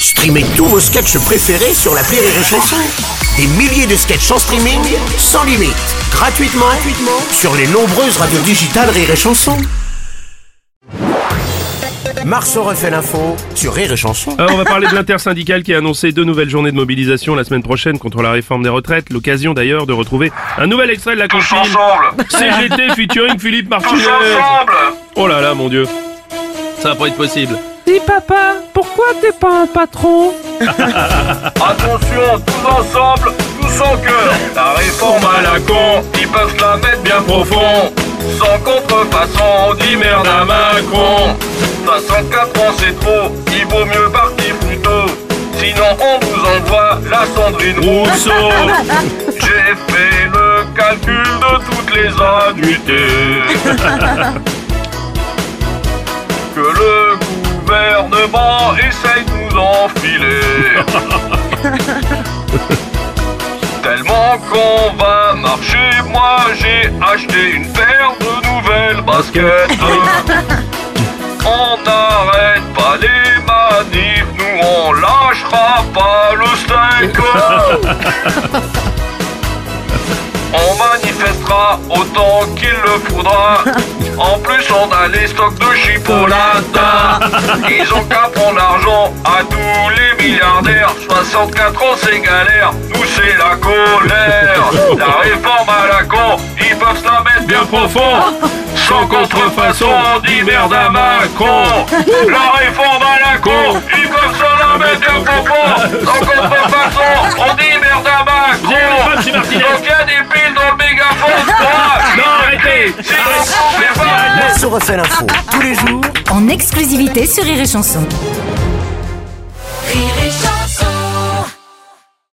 Streamez tous vos sketchs préférés sur l'appli Rire et Chanson. Des milliers de sketchs en streaming, sans limite, gratuitement, sur les nombreuses radios digitales Rire et Chanson. Marceau refait l'info sur Rire et Chanson. On va parler de l'intersyndicale qui a annoncé 2 nouvelles journées de mobilisation la semaine prochaine contre la réforme des retraites. L'occasion d'ailleurs de retrouver un nouvel extrait de la compile CGT featuring Philippe Martinez. Oh là là, mon Dieu, ça va pas être possible. Dis papa, pourquoi t'es pas un patron? Attention, tous ensemble, tous en cœur. La réforme à la con, ils peuvent se la mettre bien profond. Sans contrefaçon, on dit merde à Macron. 64 ans c'est trop, il vaut mieux partir plus tôt. Sinon on vous envoie la Sandrine Rousseau. J'ai fait le calcul de toutes les annuités que le gouvernement essaye de nous enfiler. Tellement qu'on va marcher, moi j'ai acheté une paire de nouvelles baskets. On n'arrête pas les manifs, nous on lâchera pas le steak. On manifestera autant qu'il le faudra. En plus on a les stocks de chipolata. Ils ont qu'à prendre l'argent à tous les milliardaires. 64 ans c'est galère, nous c'est la colère. La réforme à la con, ils peuvent se la mettre bien profond. Sans contrefaçon, on dit merde à Macron. La réforme à la con, ils peuvent se la mettre bien profond. Sans contrefaçon, on dit merde à Macron. Donc il y a des piles dans le mégaphone. Non, arrêtez. Marceau refait l'info tous les jours en exclusivité sur Rire et Chanson.